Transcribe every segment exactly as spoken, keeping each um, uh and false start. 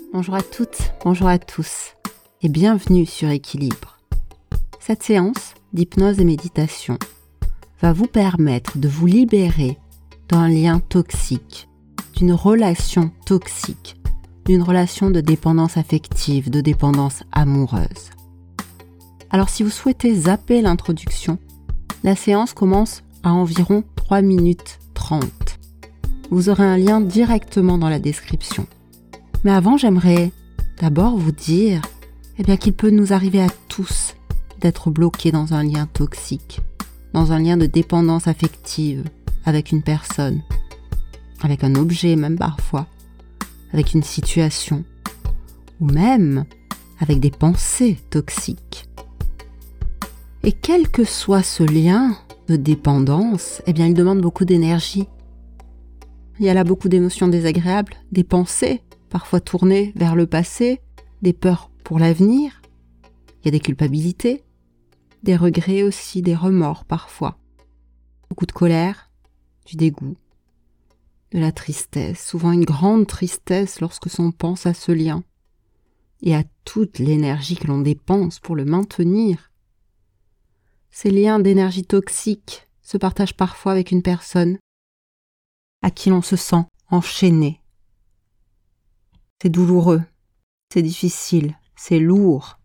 Bonjour à toutes, bonjour à tous et bienvenue sur Équilibre. Cette séance d'hypnose et méditation va vous permettre de vous libérer d'un lien toxique, d'une relation toxique, d'une relation de dépendance affective, de dépendance amoureuse. Alors si vous souhaitez zapper l'introduction, la séance commence à environ trois minutes trente. Vous aurez un lien directement dans la description. Mais avant, j'aimerais d'abord vous dire eh bien, qu'il peut nous arriver à tous d'être bloqués dans un lien toxique, dans un lien de dépendance affective avec une personne, avec un objet même parfois, avec une situation, ou même avec des pensées toxiques. Et quel que soit ce lien de dépendance, eh bien, il demande beaucoup d'énergie. Il y a là beaucoup d'émotions désagréables, des pensées, parfois tournées vers le passé, des peurs pour l'avenir. Il y a des culpabilités, des regrets aussi, des remords parfois. Beaucoup de colère, du dégoût, de la tristesse, souvent une grande tristesse lorsque l'on pense à ce lien et à toute l'énergie que l'on dépense pour le maintenir. Ces liens d'énergie toxique se partagent parfois avec une personne à qui l'on se sent enchaîné. C'est douloureux, c'est difficile, c'est lourd.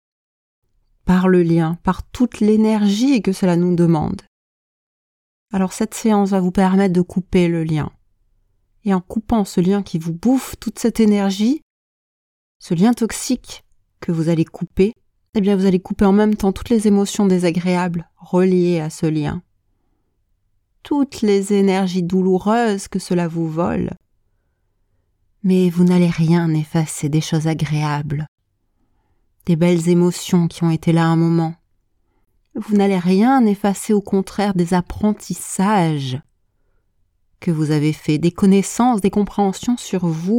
Par le lien, par toute l'énergie que cela nous demande. Alors cette séance va vous permettre de couper le lien. Et en coupant ce lien qui vous bouffe toute cette énergie, ce lien toxique que vous allez couper, eh bien vous allez couper en même temps toutes les émotions désagréables reliées à ce lien. Toutes les énergies douloureuses que cela vous vole. Mais vous n'allez rien effacer des choses agréables, des belles émotions qui ont été là un moment. Vous n'allez rien effacer, au contraire, des apprentissages que vous avez faits, des connaissances, des compréhensions sur vous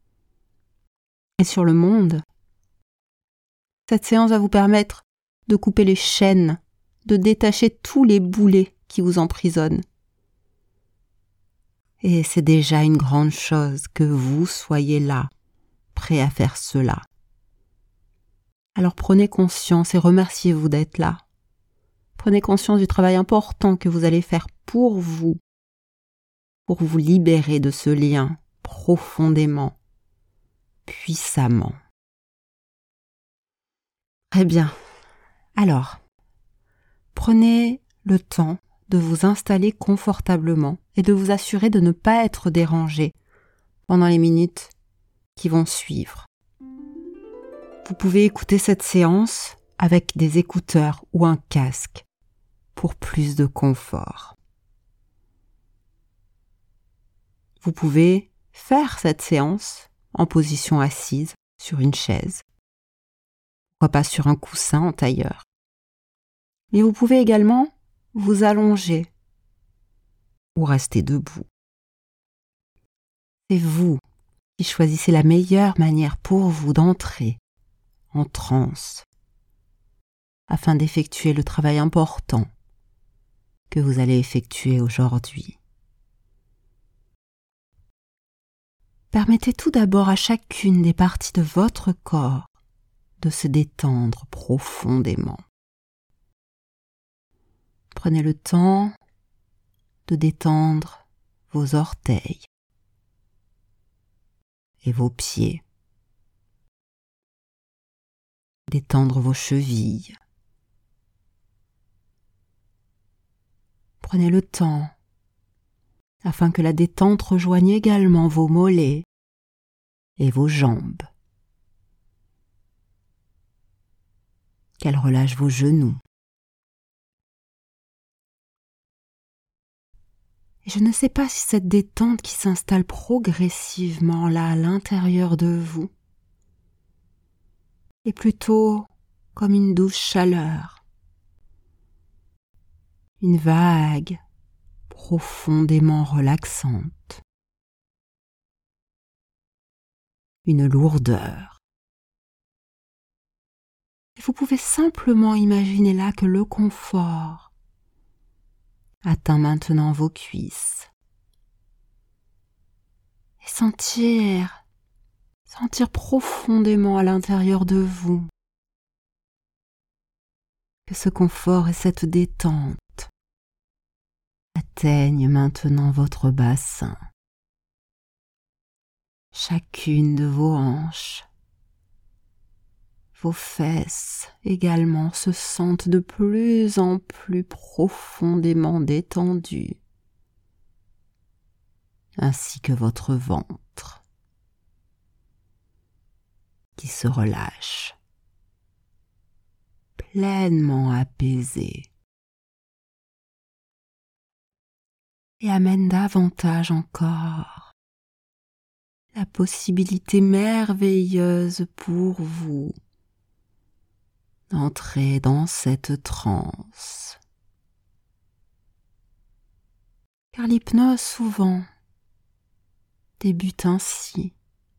et sur le monde. Cette séance va vous permettre de couper les chaînes, de détacher tous les boulets qui vous emprisonnent. Et c'est déjà une grande chose que vous soyez là, prêt à faire cela. Alors prenez conscience et remerciez-vous d'être là. Prenez conscience du travail important que vous allez faire pour vous, pour vous libérer de ce lien profondément, puissamment. Très bien. Alors, prenez le temps de vous installer confortablement et de vous assurer de ne pas être dérangé pendant les minutes qui vont suivre. Vous pouvez écouter cette séance avec des écouteurs ou un casque pour plus de confort. Vous pouvez faire cette séance en position assise sur une chaise, pourquoi pas sur un coussin en tailleur. Mais vous pouvez également vous allonger ou rester debout. C'est vous qui choisissez la meilleure manière pour vous d'entrer en transe afin d'effectuer le travail important que vous allez effectuer aujourd'hui. Permettez tout d'abord à chacune des parties de votre corps de se détendre profondément. Prenez le temps de détendre vos orteils et vos pieds. Détendre vos chevilles. Prenez le temps afin que la détente rejoigne également vos mollets et vos jambes. Qu'elle relâche vos genoux. Et je ne sais pas si cette détente qui s'installe progressivement là à l'intérieur de vous est plutôt comme une douce chaleur, une vague profondément relaxante, une lourdeur. Et vous pouvez simplement imaginer là que le confort atteint maintenant vos cuisses et sentir Sentir profondément à l'intérieur de vous que ce confort et cette détente atteignent maintenant votre bassin. Chacune de vos hanches, vos fesses également se sentent de plus en plus profondément détendues, ainsi que votre ventre qui se relâche, pleinement apaisé, et amène davantage encore la possibilité merveilleuse pour vous d'entrer dans cette transe. Car l'hypnose souvent débute ainsi,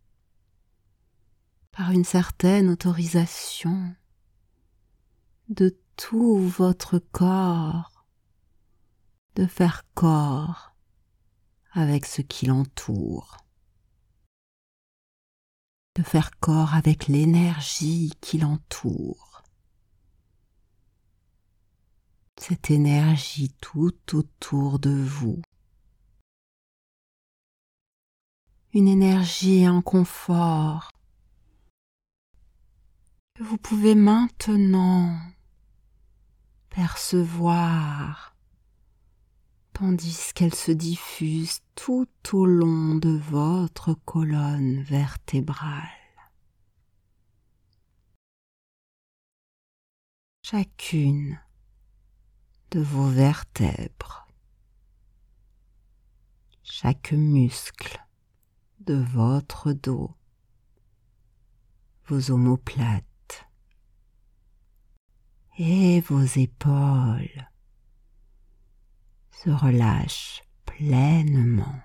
par une certaine autorisation de tout votre corps, de faire corps avec ce qui l'entoure, de faire corps avec l'énergie qui l'entoure, cette énergie tout autour de vous, une énergie et un confort que vous pouvez maintenant percevoir tandis qu'elle se diffuse tout au long de votre colonne vertébrale. Chacune de vos vertèbres, chaque muscle de votre dos, vos omoplates et vos épaules se relâchent pleinement.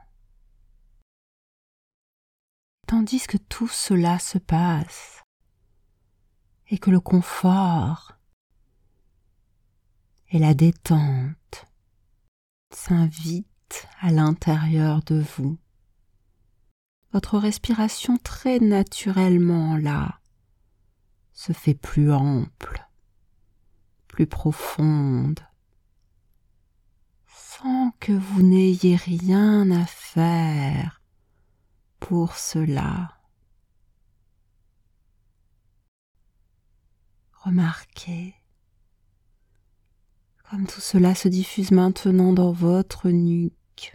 Tandis que tout cela se passe et que le confort et la détente s'invitent à l'intérieur de vous, votre respiration très naturellement là se fait plus ample, plus profonde, sans que vous n'ayez rien à faire pour cela. Remarquez comme tout cela se diffuse maintenant dans votre nuque,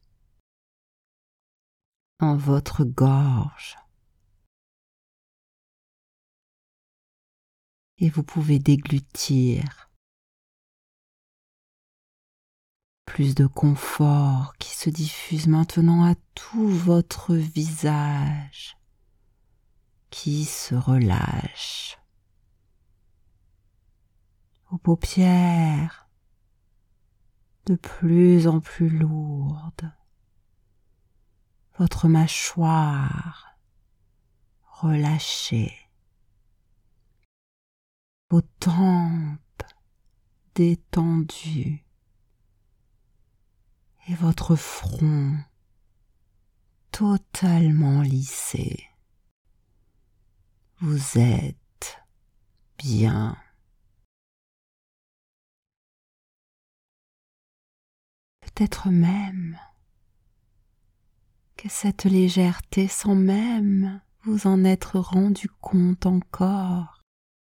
dans votre gorge. Et vous pouvez déglutir plus de confort qui se diffuse maintenant à tout votre visage qui se relâche, aux paupières de plus en plus lourdes, votre mâchoire relâchée, vos tempes détendues et votre front totalement lissé. Vous êtes bien. Peut-être même que cette légèreté, sans même vous en être rendu compte encore,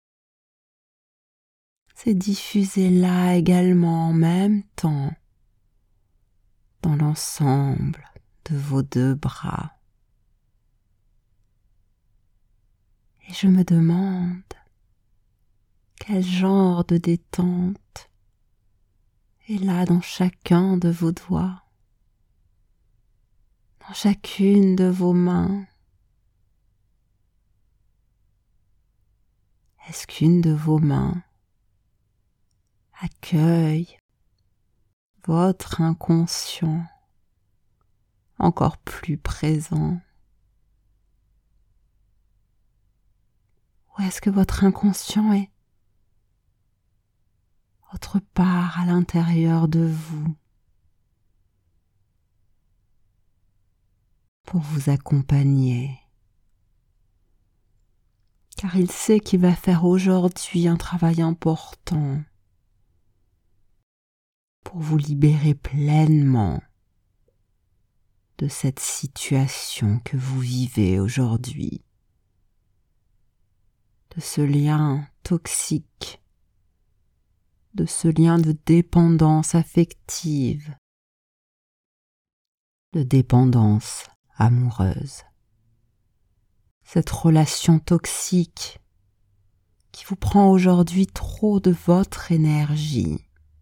s'est diffusée là également en même temps dans l'ensemble de vos deux bras. Et je me demande quel genre de détente est là dans chacun de vos doigts, dans chacune de vos mains. Est-ce qu'une de vos mains accueille votre inconscient encore plus présent? Ou est-ce que votre inconscient est autre part à l'intérieur de vous pour vous accompagner car il sait qu'il va faire aujourd'hui un travail important pour vous libérer pleinement de cette situation que vous vivez aujourd'hui, de ce lien toxique, de ce lien de dépendance affective, de dépendance amoureuse. Cette relation toxique qui vous prend aujourd'hui trop de votre énergie.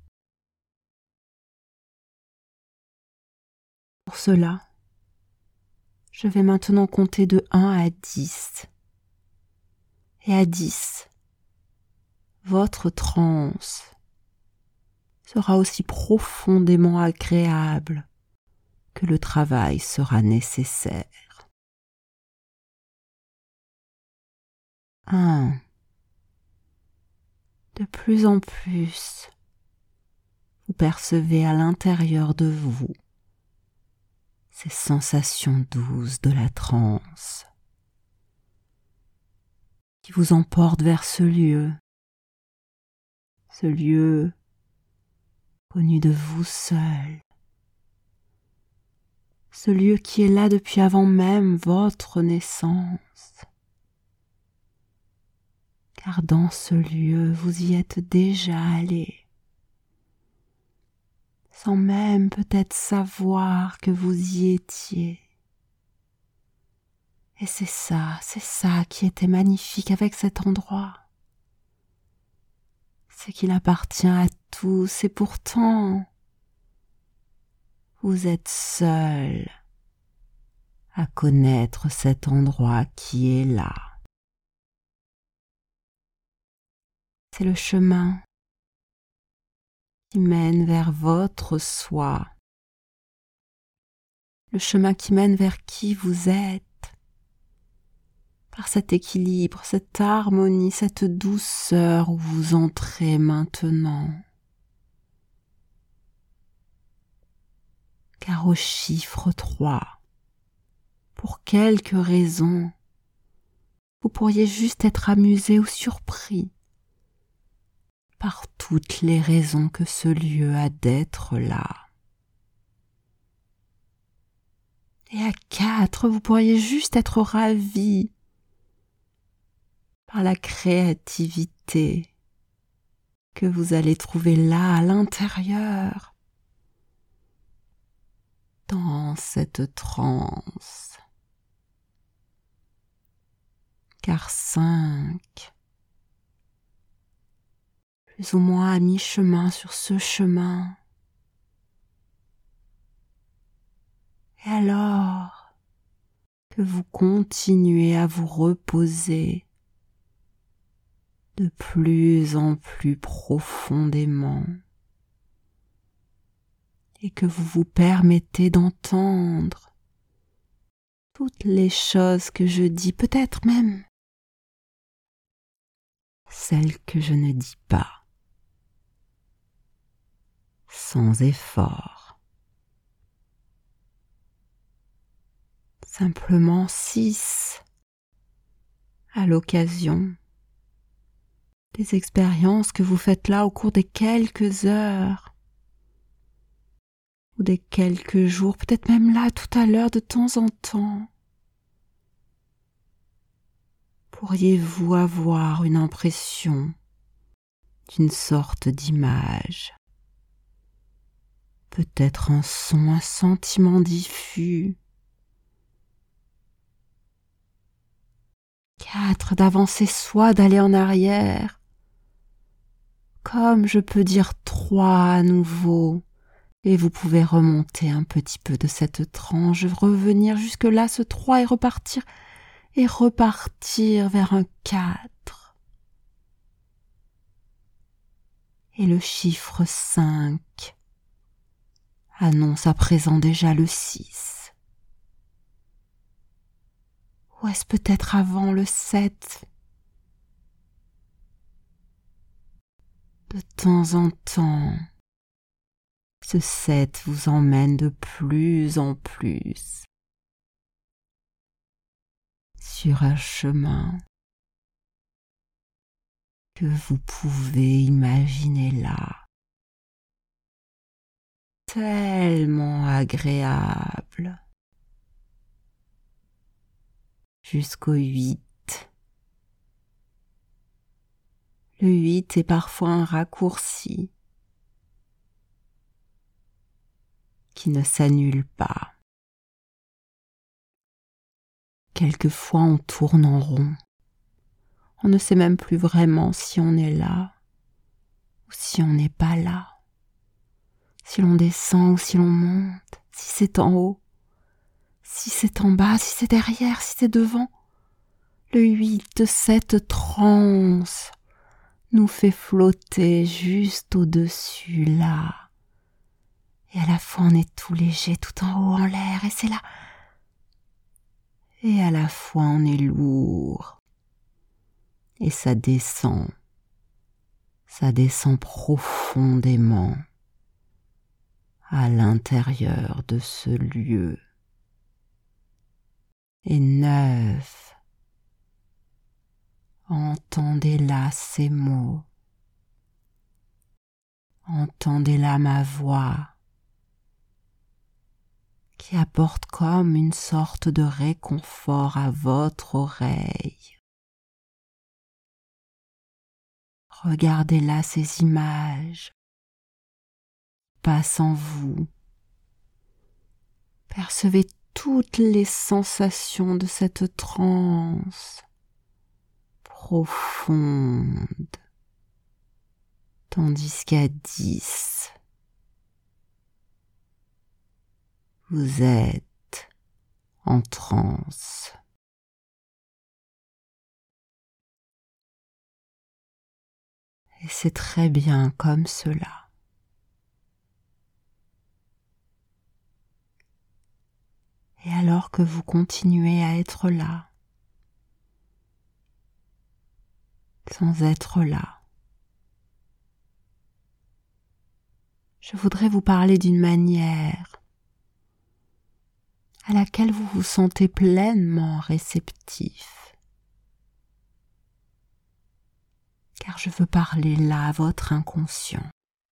Pour cela, je vais maintenant compter de un à dix. Et à dix, votre transe sera aussi profondément agréable que le travail sera nécessaire. un. De plus en plus, vous percevez à l'intérieur de vous ces sensations douces de la transe qui vous emportent vers ce lieu, ce lieu connu de vous seul, ce lieu qui est là depuis avant même votre naissance. Car dans ce lieu, vous y êtes déjà allé, sans même peut-être savoir que vous y étiez. Et c'est ça, c'est ça qui était magnifique avec cet endroit. C'est qu'il appartient à tous et pourtant, vous êtes seul à connaître cet endroit qui est là. C'est le chemin qui mène vers votre soi, le chemin qui mène vers qui vous êtes, par cet équilibre, cette harmonie, cette douceur où vous entrez maintenant. Car au chiffre trois, pour quelque raison, vous pourriez juste être amusé ou surpris par toutes les raisons que ce lieu a d'être là. Et à quatre, vous pourriez juste être ravi par la créativité que vous allez trouver là à l'intérieur, dans cette transe. Car cinq, plus ou moins à mi-chemin sur ce chemin. Et alors que vous continuez à vous reposer de plus en plus profondément et que vous vous permettez d'entendre toutes les choses que je dis, peut-être même celles que je ne dis pas, sans effort. Simplement six à l'occasion des expériences que vous faites là au cours des quelques heures ou des quelques jours, peut-être même là tout à l'heure de temps en temps. Pourriez-vous avoir une impression d'une sorte d'image, peut-être un son, un sentiment diffus. Quatre, d'avancer soit d'aller en arrière, comme je peux dire trois à nouveau, et vous pouvez remonter un petit peu de cette tranche, revenir jusque là, ce trois, et repartir, et repartir vers un quatre. Et le chiffre cinq annonce à présent déjà le six. Ou est-ce peut-être avant le sept? De temps en temps, ce sept vous emmène de plus en plus sur un chemin que vous pouvez imaginer là, tellement agréable, jusqu'au huit. Le huit est parfois un raccourci qui ne s'annule pas. Quelquefois on tourne en rond. On ne sait même plus vraiment si on est là ou si on n'est pas là. Si l'on descend ou si l'on monte, si c'est en haut, si c'est en bas, si c'est derrière, si c'est devant. Le huit de cette transe nous fait flotter juste au-dessus là. Et à la fois on est tout léger, tout en haut en l'air, et c'est là. Et à la fois on est lourd. Et ça descend, ça descend profondément à l'intérieur de ce lieu. Et neuf, entendez là ces mots, entendez là ma voix, qui apporte comme une sorte de réconfort à votre oreille. Regardez là ces images, passent en vous. Percevez toutes les sensations de cette transe profonde, tandis qu'à dix, vous êtes en transe. Et c'est très bien comme cela. Et alors que vous continuez à être là, sans être là, je voudrais vous parler d'une manière à laquelle vous vous sentez pleinement réceptif. Car je veux parler là à votre inconscient,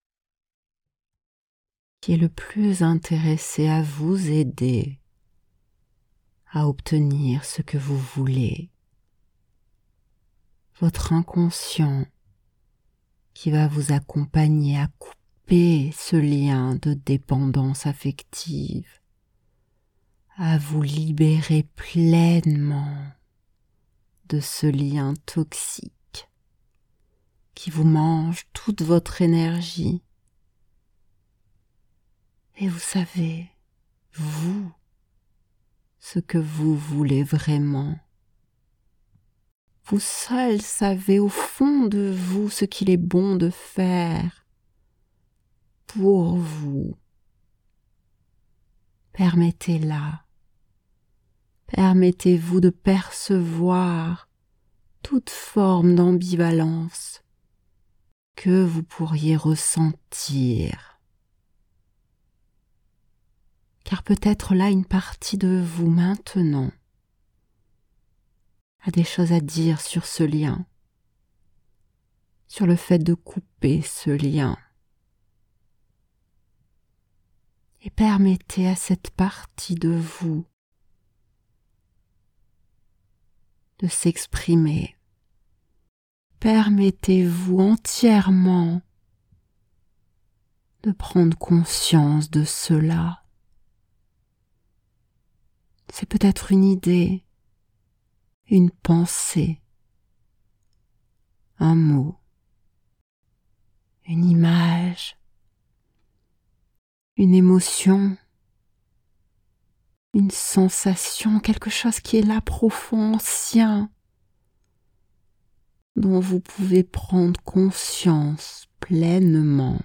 qui est le plus intéressé à vous aider à obtenir ce que vous voulez. Votre inconscient qui va vous accompagner à couper ce lien de dépendance affective, à vous libérer pleinement de ce lien toxique qui vous mange toute votre énergie. Et vous savez, vous, ce que vous voulez vraiment. Vous seul savez au fond de vous ce qu'il est bon de faire pour vous. Permettez-la. Permettez-vous de percevoir toute forme d'ambivalence que vous pourriez ressentir. Car peut-être là une partie de vous maintenant a des choses à dire sur ce lien, sur le fait de couper ce lien. Et permettez à cette partie de vous de s'exprimer. Permettez-vous entièrement de prendre conscience de cela. C'est peut-être une idée, une pensée, un mot, une image, une émotion, une sensation, quelque chose qui est là profond, ancien, dont vous pouvez prendre conscience pleinement.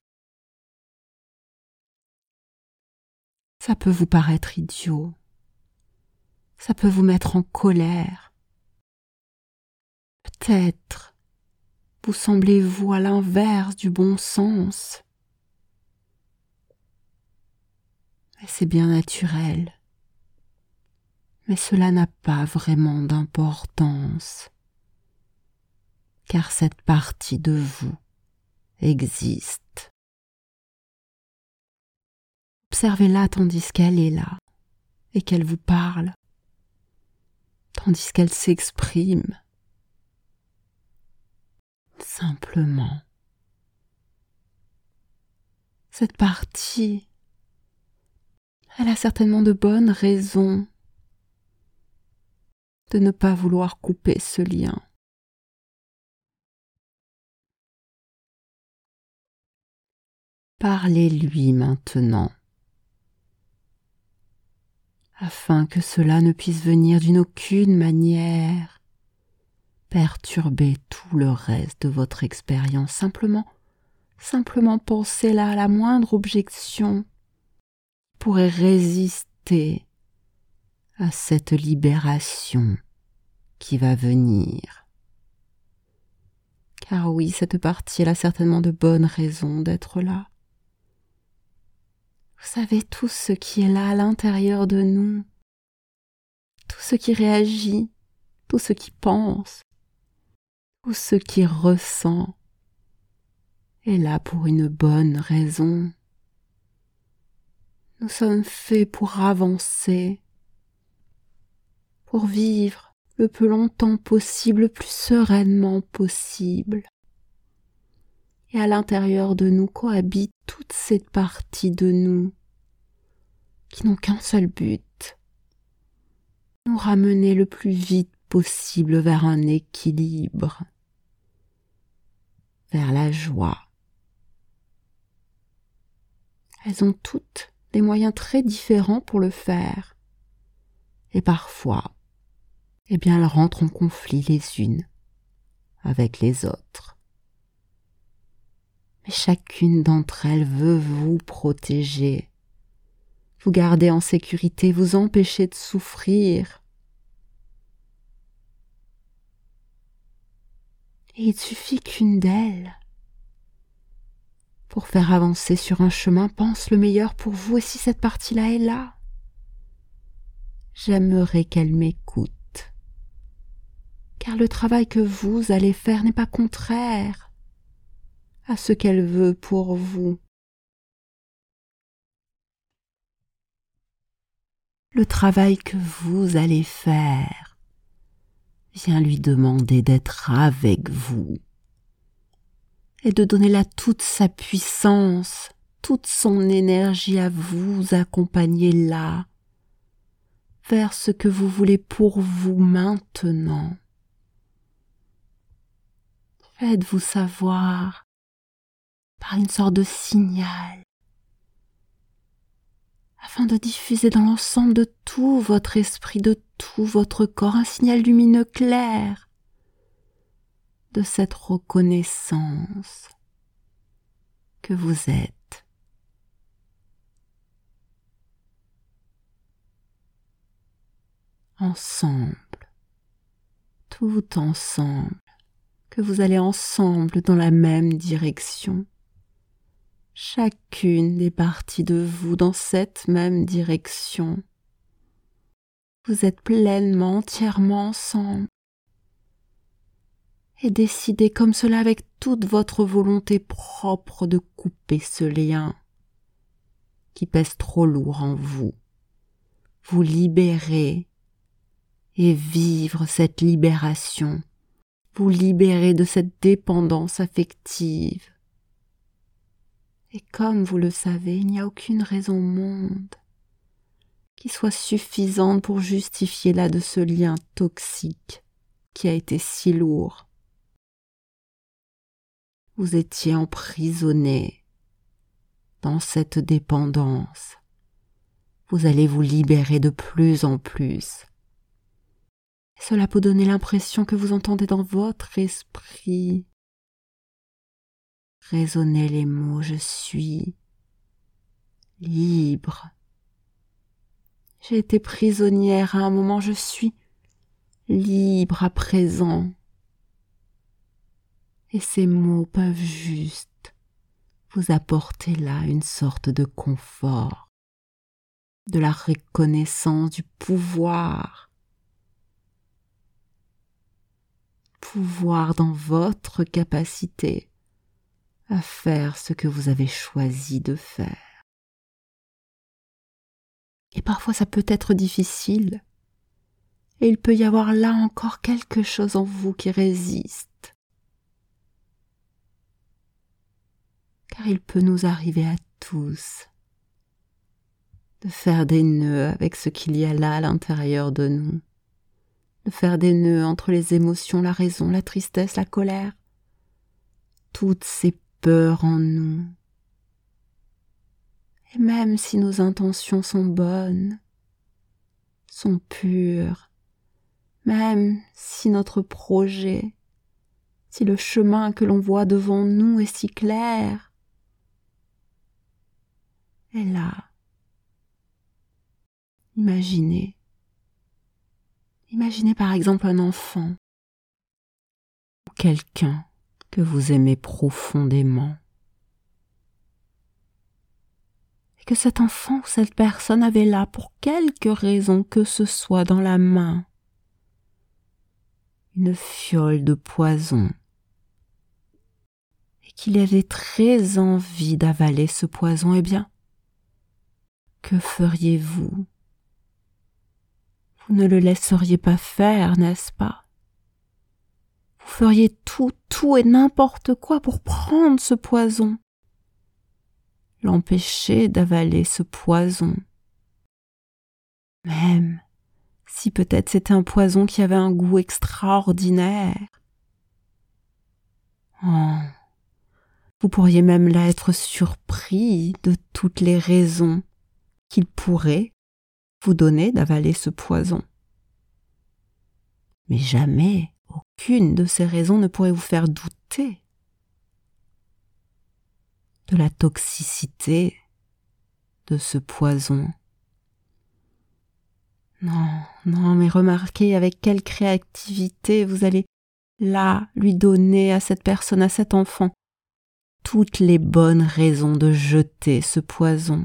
Ça peut vous paraître idiot, ça peut vous mettre en colère. Peut-être vous semblez-vous à l'inverse du bon sens. Mais c'est bien naturel. Mais cela n'a pas vraiment d'importance. car cette partie de vous existe. Observez-la tandis qu'elle est là et qu'elle vous parle, tandis qu'elle s'exprime. Simplement. Cette partie, elle a certainement de bonnes raisons de ne pas vouloir couper ce lien. Parlez-lui maintenant, afin que cela ne puisse venir d'une aucune manière perturber tout le reste de votre expérience. Simplement, simplement pensez là à la moindre objection qui pourrait résister à cette libération qui va venir. Car oui, cette partie, elle a certainement de bonnes raisons d'être là. Vous savez tout ce qui est là à l'intérieur de nous, tout ce qui réagit, tout ce qui pense, tout ce qui ressent est là pour une bonne raison. Nous sommes faits pour avancer, pour vivre le plus longtemps possible, le plus sereinement possible. Et à l'intérieur de nous cohabite toute cette partie de nous qui n'ont qu'un seul but, nous ramener le plus vite possible vers un équilibre, vers la joie. Elles ont toutes des moyens très différents pour le faire. Et parfois, eh bien, elles rentrent en conflit les unes avec les autres. Mais chacune d'entre elles veut vous protéger, vous garder en sécurité, vous empêcher de souffrir. Et il suffit qu'une d'elles, pour faire avancer sur un chemin, pense le meilleur pour vous. Et si cette partie-là est là, j'aimerais qu'elle m'écoute. Car le travail que vous allez faire n'est pas contraire à ce qu'elle veut pour vous. Le travail que vous allez faire vient lui demander d'être avec vous et de donner là toute sa puissance, toute son énergie à vous accompagner là, vers ce que vous voulez pour vous maintenant. Faites-vous savoir par une sorte de signal, afin de diffuser dans l'ensemble de tout votre esprit, de tout votre corps, un signal lumineux clair de cette reconnaissance que vous êtes. Ensemble, tout ensemble, que vous allez ensemble dans la même direction. Chacune des parties de vous dans cette même direction. Vous êtes pleinement, entièrement ensemble. Et décidez comme cela avec toute votre volonté propre de couper ce lien qui pèse trop lourd en vous. Vous libérer et vivre cette libération. Vous libérer de cette dépendance affective. Et comme vous le savez, il n'y a aucune raison au monde qui soit suffisante pour justifier là de ce lien toxique qui a été si lourd. Vous étiez emprisonné dans cette dépendance. Vous allez vous libérer de plus en plus. Et cela peut donner l'impression que vous entendez dans votre esprit résonner les mots « Je suis libre ». J'ai été prisonnière à un moment, je suis libre à présent. Et ces mots peuvent juste vous apporter là une sorte de confort, de la reconnaissance du pouvoir. pouvoir dans votre capacité à faire ce que vous avez choisi de faire. Et parfois ça peut être difficile, et il peut y avoir là encore quelque chose en vous qui résiste. Car il peut nous arriver à tous de faire des nœuds avec ce qu'il y a là à l'intérieur de nous, de faire des nœuds entre les émotions, la raison, la tristesse, la colère, toutes ces peurs en nous. Et même si nos intentions sont bonnes, sont pures, même si notre projet, si le chemin que l'on voit devant nous est si clair, et là, imaginez, imaginez par exemple un enfant ou quelqu'un que vous aimez profondément. Et que cet enfant ou cette personne avait là, pour quelque raison que ce soit, dans la main, une fiole de poison, et qu'il avait très envie d'avaler ce poison, eh bien, que feriez-vous? Vous ne le laisseriez pas faire, n'est-ce pas? Vous feriez tout, tout et n'importe quoi pour prendre ce poison, l'empêcher d'avaler ce poison. Même si peut-être c'était un poison qui avait un goût extraordinaire. Oh, vous pourriez même là être surpris de toutes les raisons qu'il pourrait vous donner d'avaler ce poison. Mais jamais aucune de ces raisons ne pourrait vous faire douter de la toxicité de ce poison. Non, non, mais remarquez avec quelle créativité vous allez là lui donner à cette personne, à cet enfant, toutes les bonnes raisons de jeter ce poison.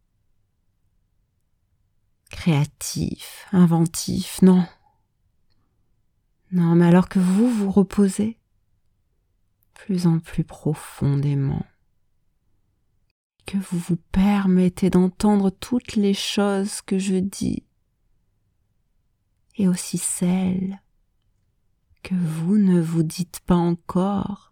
Créatif, inventif, non. Non, mais alors que vous vous reposez plus en plus profondément, que vous vous permettez d'entendre toutes les choses que je dis, et aussi celles que vous ne vous dites pas encore,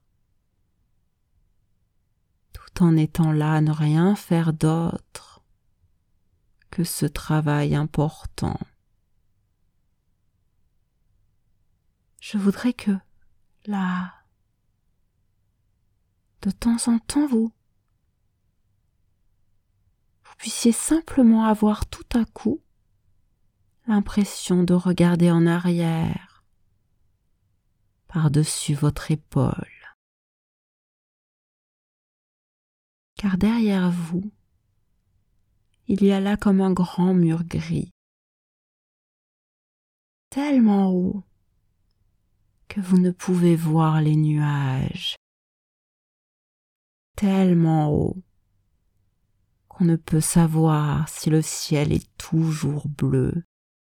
tout en étant là à ne rien faire d'autre que ce travail important. Je voudrais que, là, de temps en temps, vous, vous puissiez simplement avoir tout à coup l'impression de regarder en arrière, par-dessus votre épaule. Car derrière vous, il y a là comme un grand mur gris, tellement haut que vous ne pouvez voir les nuages, tellement haut qu'on ne peut savoir si le ciel est toujours bleu.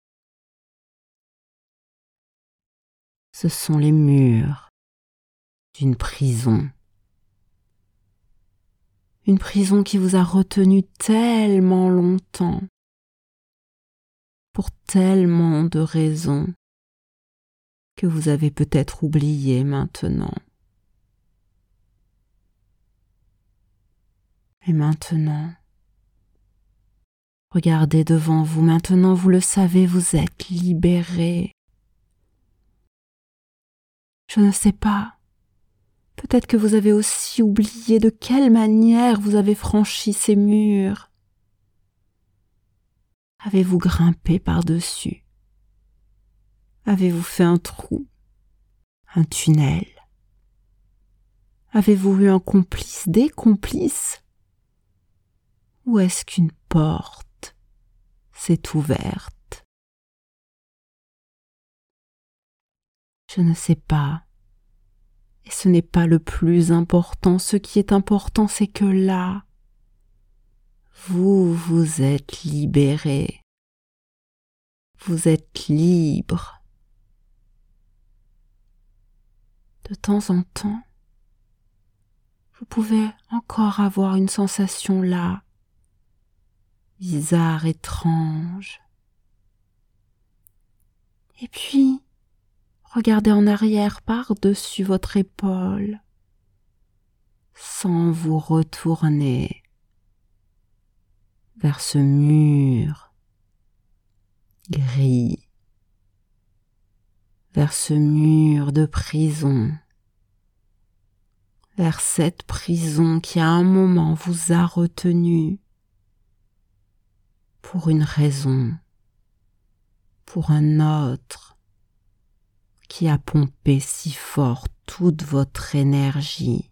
Ce sont les murs d'une prison. Une prison qui vous a retenu tellement longtemps, pour tellement de raisons que vous avez peut-être oublié maintenant. Et maintenant, regardez devant vous, maintenant vous le savez, vous êtes libéré. Je ne sais pas, peut-être que vous avez aussi oublié de quelle manière vous avez franchi ces murs. Avez-vous grimpé par-dessus? Avez-vous fait un trou? Un tunnel? Avez-vous eu un complice, des complices? Ou est-ce qu'une porte s'est ouverte? Je ne sais pas. Et ce n'est pas le plus important. Ce qui est important, c'est que là, vous vous êtes libéré. Vous êtes libre. de temps en temps, vous pouvez encore avoir une sensation là, bizarre, étrange. Et puis, regardez en arrière par-dessus votre épaule, sans vous retourner vers ce mur gris, vers ce mur de prison, vers cette prison qui à un moment vous a retenu pour une raison, pour un autre, qui a pompé si fort toute votre énergie.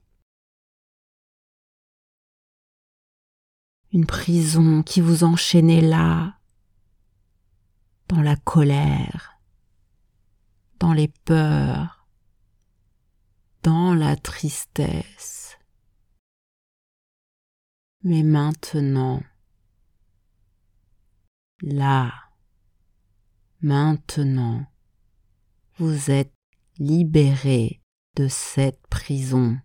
Une prison qui vous enchaînait là, dans la colère, dans les peurs, dans la tristesse. Mais maintenant, là, maintenant, vous êtes libéré de cette prison.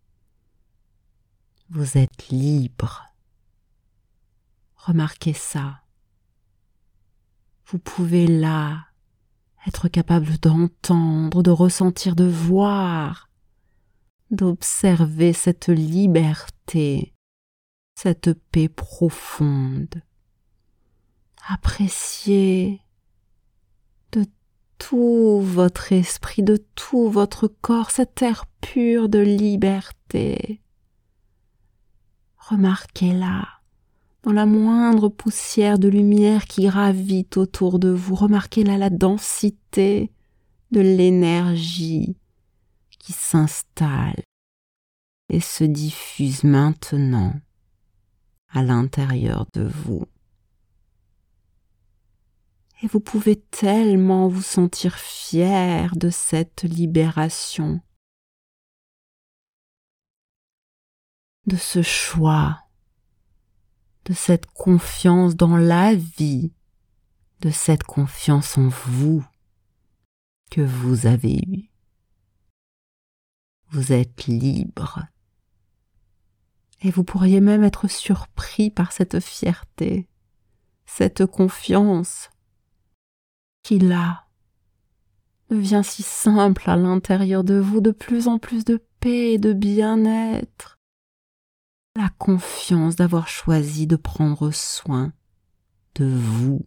Vous êtes libre. Remarquez ça. Vous pouvez là être capable d'entendre, de ressentir, de voir, d'observer cette liberté, cette paix profonde. Appréciez de tout votre esprit, de tout votre corps, cet air pur de liberté. Remarquez-la dans la moindre poussière de lumière qui gravite autour de vous. Remarquez-la, la densité de l'énergie qui s'installe et se diffuse maintenant à l'intérieur de vous. Et vous pouvez tellement vous sentir fier de cette libération, de ce choix, de cette confiance dans la vie, de cette confiance en vous que vous avez eue. Vous êtes libre. Et vous pourriez même être surpris par cette fierté, cette confiance qui là devient si simple à l'intérieur de vous, de plus en plus de paix et de bien-être. La confiance d'avoir choisi de prendre soin de vous,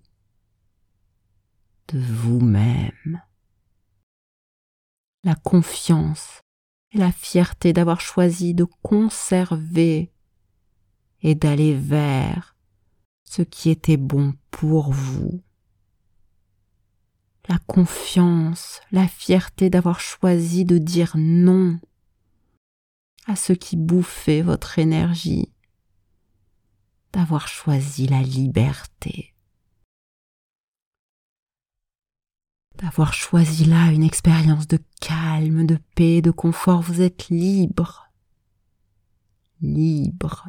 de vous-même. La confiance et la fierté d'avoir choisi de conserver et d'aller vers ce qui était bon pour vous. La confiance, la fierté d'avoir choisi de dire non à ce qui bouffait votre énergie, d'avoir choisi la liberté, d'avoir choisi là une expérience de calme, de paix, de confort. Vous êtes libre, libre,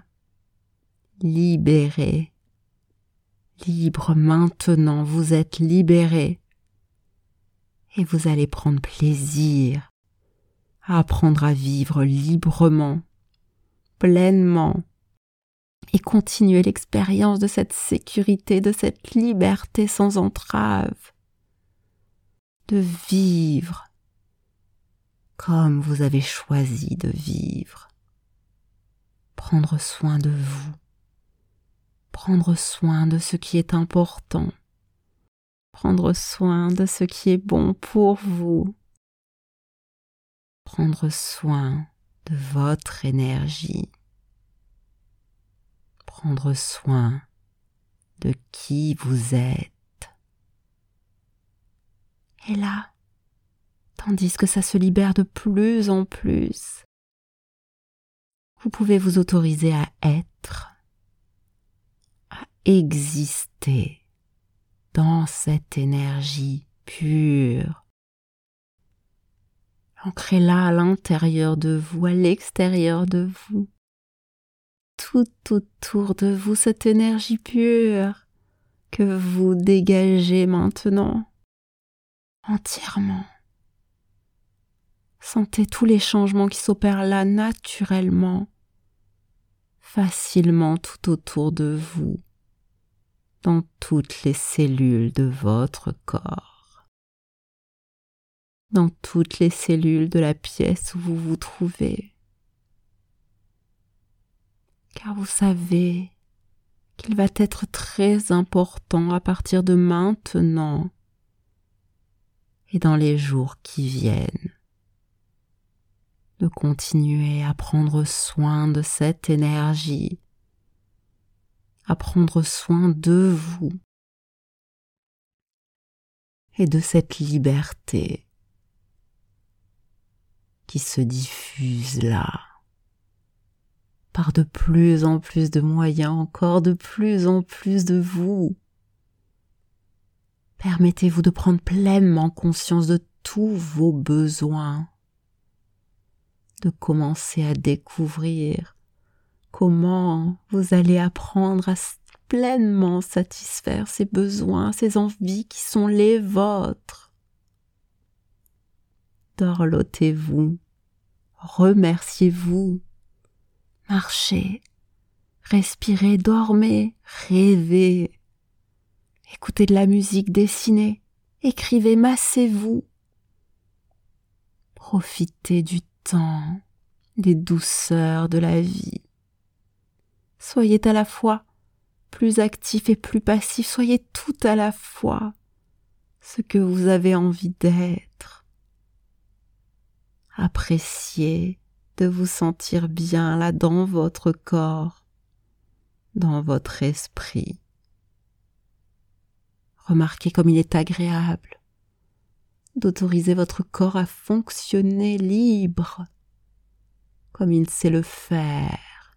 libéré, libre maintenant, vous êtes libéré et vous allez prendre plaisir à apprendre à vivre librement, pleinement, et continuer l'expérience de cette sécurité, de cette liberté sans entrave, de vivre comme vous avez choisi de vivre, prendre soin de vous, prendre soin de ce qui est important, prendre soin de ce qui est bon pour vous, prendre soin de votre énergie, prendre soin de qui vous êtes. Et là, tandis que ça se libère de plus en plus, vous pouvez vous autoriser à être, à exister dans cette énergie pure. Ancrez-la à l'intérieur de vous, à l'extérieur de vous, tout autour de vous, cette énergie pure que vous dégagez maintenant entièrement, Sentez tous les changements qui s'opèrent là naturellement, facilement tout autour de vous, dans toutes les cellules de votre corps, dans toutes les cellules de la pièce où vous vous trouvez. Car vous savez qu'il va être très important à partir de maintenant et dans les jours qui viennent de continuer à prendre soin de cette énergie, à prendre soin de vous et de cette liberté qui se diffuse là, par de plus en plus de moyens, encore de plus en plus de vous. Permettez-vous de prendre pleinement conscience de tous vos besoins, de commencer à découvrir comment vous allez apprendre à pleinement satisfaire ces besoins, ces envies qui sont les vôtres. Dorlotez-vous, remerciez-vous, marchez, respirez, dormez, rêvez, écoutez de la musique, dessinez, écrivez, massez-vous. Profitez du temps, des douceurs de la vie. Soyez à la fois plus actif et plus passif, soyez tout à la fois ce que vous avez envie d'être. Appréciez de vous sentir bien là dans votre corps, dans votre esprit. Remarquez comme il est agréable d'autoriser votre corps à fonctionner libre, comme il sait le faire.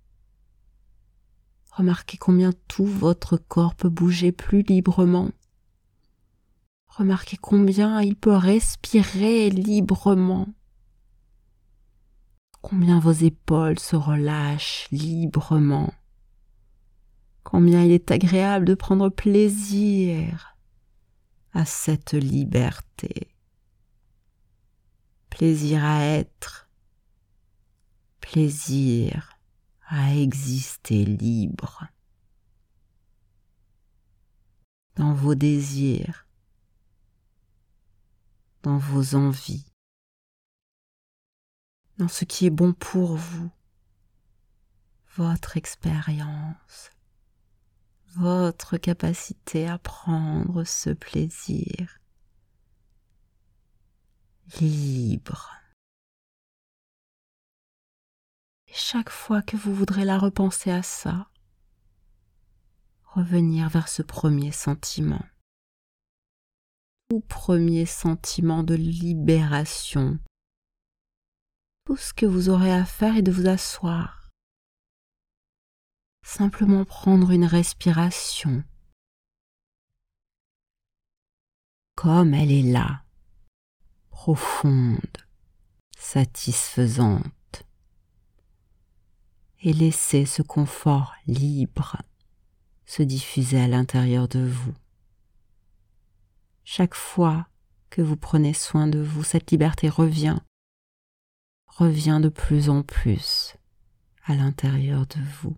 Remarquez combien tout votre corps peut bouger plus librement. Remarquez combien il peut respirer librement. Combien vos épaules se relâchent librement. Combien il est agréable de prendre plaisir à cette liberté. Plaisir à être, plaisir à exister libre. Dans vos désirs, dans vos envies, dans ce qui est bon pour vous, votre expérience, votre capacité à prendre ce plaisir libre. Et chaque fois que vous voudrez la repenser à ça, revenir vers ce premier sentiment, tout premier sentiment de libération. Tout ce que vous aurez à faire est de vous asseoir. Simplement prendre une respiration comme elle est là, profonde, satisfaisante, et laisser ce confort libre se diffuser à l'intérieur de vous. Chaque fois que vous prenez soin de vous, cette liberté revient, revient de plus en plus à l'intérieur de vous.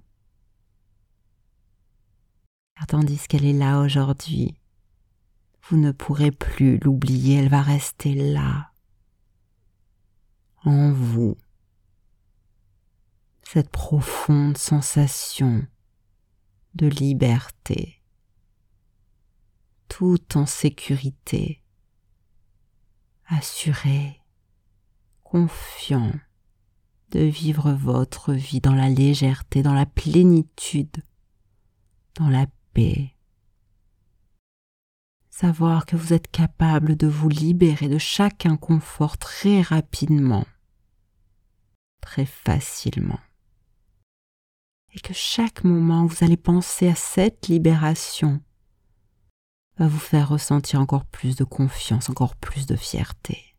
Car tandis qu'elle est là aujourd'hui, vous ne pourrez plus l'oublier, elle va rester là, en vous. Cette profonde sensation de liberté, tout en sécurité, assuré, confiant de vivre votre vie dans la légèreté, dans la plénitude, dans la paix. Savoir que vous êtes capable de vous libérer de chaque inconfort très rapidement, très facilement. Et que chaque moment où vous allez penser à cette libération va vous faire ressentir encore plus de confiance, encore plus de fierté.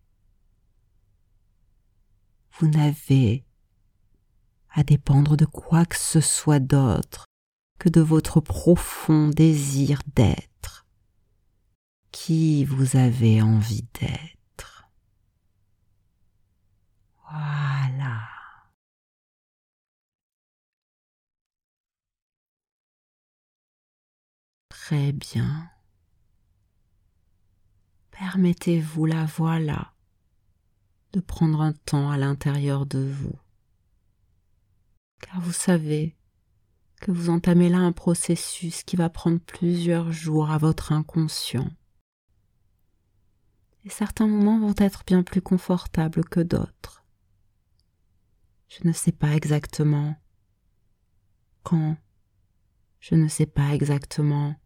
Vous n'avez à dépendre de quoi que ce soit d'autre que de votre profond désir d'être, qui vous avez envie d'être. Très bien. Permettez-vous la voilà de prendre un temps à l'intérieur de vous. Car vous savez que vous entamez là un processus qui va prendre plusieurs jours à votre inconscient. Et certains moments vont être bien plus confortables que d'autres. Je ne sais pas exactement quand, je ne sais pas exactement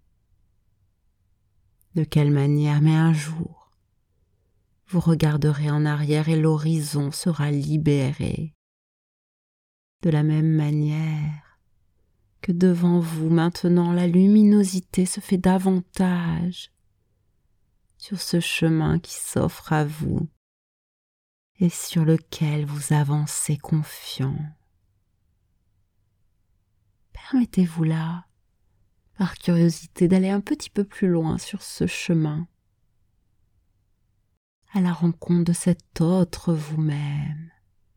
de quelle manière, mais un jour, vous regarderez en arrière et l'horizon sera libéré. De la même manière que devant vous maintenant la luminosité se fait davantage sur ce chemin qui s'offre à vous et sur lequel vous avancez confiant. Permettez-vous là, par curiosité, d'aller un petit peu plus loin sur ce chemin, à la rencontre de cet autre vous-même,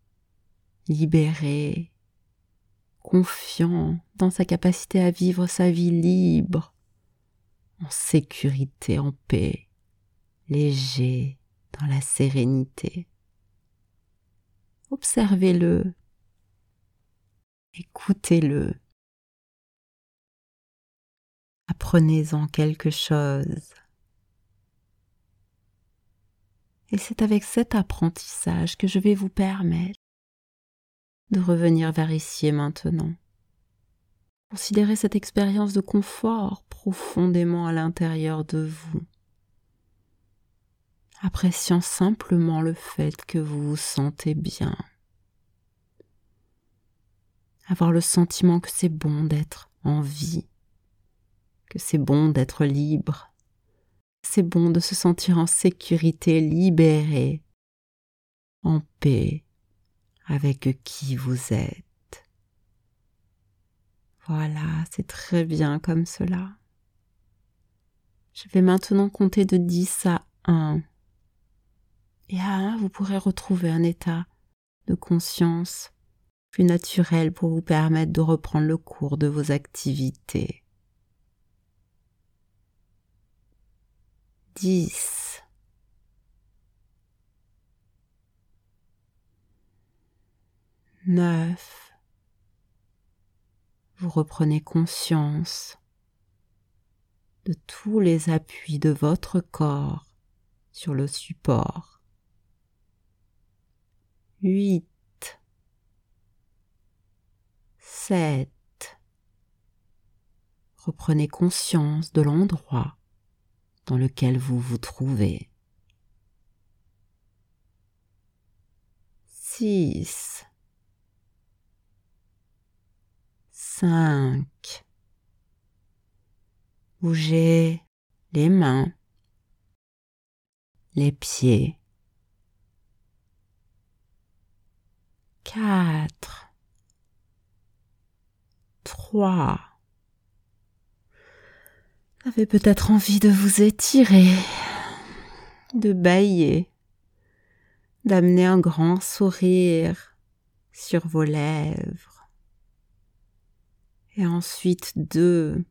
libéré, confiant dans sa capacité à vivre sa vie libre, en sécurité, en paix, léger, dans la sérénité. Observez-le, écoutez-le, apprenez-en quelque chose. Et c'est avec cet apprentissage que je vais vous permettre de revenir vers ici et maintenant. Considérez cette expérience de confort profondément à l'intérieur de vous, appréciant simplement le fait que vous vous sentez bien. Avoir le sentiment que c'est bon d'être en vie, que c'est bon d'être libre, c'est bon de se sentir en sécurité, libéré, en paix avec qui vous êtes. Voilà, c'est très bien comme cela. Je vais maintenant compter de dix à un. Et à un, vous pourrez retrouver un état de conscience plus naturel pour vous permettre de reprendre le cours de vos activités. dix. neuf. Vous reprenez conscience de tous les appuis de votre corps sur le support. huit. sept. Reprenez conscience de l'endroit dans lequel vous vous trouvez. six. cinq. Bougez les mains, les pieds. quatre. trois. Vous avez peut-être envie de vous étirer, de bâiller, d'amener un grand sourire sur vos lèvres. Et ensuite deux.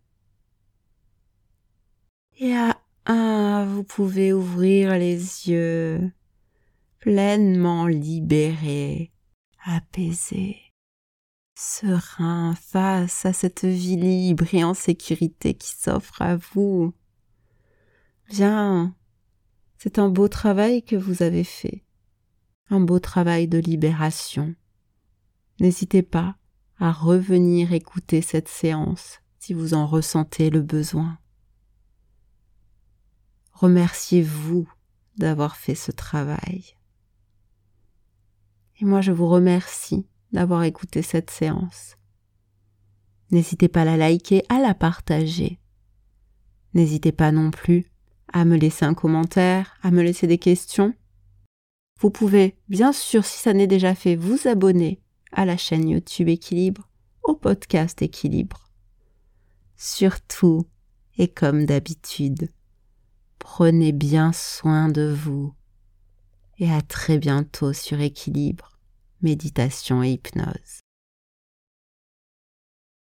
Et à un, vous pouvez ouvrir les yeux, pleinement libérés, apaisés, sereins face à cette vie libre et en sécurité qui s'offre à vous. Bien, c'est un beau travail que vous avez fait, un beau travail de libération. N'hésitez pas à revenir écouter cette séance si vous en ressentez le besoin. Remerciez-vous d'avoir fait ce travail. Et moi, je vous remercie d'avoir écouté cette séance. N'hésitez pas à la liker, à la partager. N'hésitez pas non plus à me laisser un commentaire, à me laisser des questions. Vous pouvez, bien sûr, si ça n'est déjà fait, vous abonner à la chaîne YouTube Équilibre, au podcast Équilibre. Surtout, et comme d'habitude, prenez bien soin de vous et à très bientôt sur Équilibre, méditation et hypnose.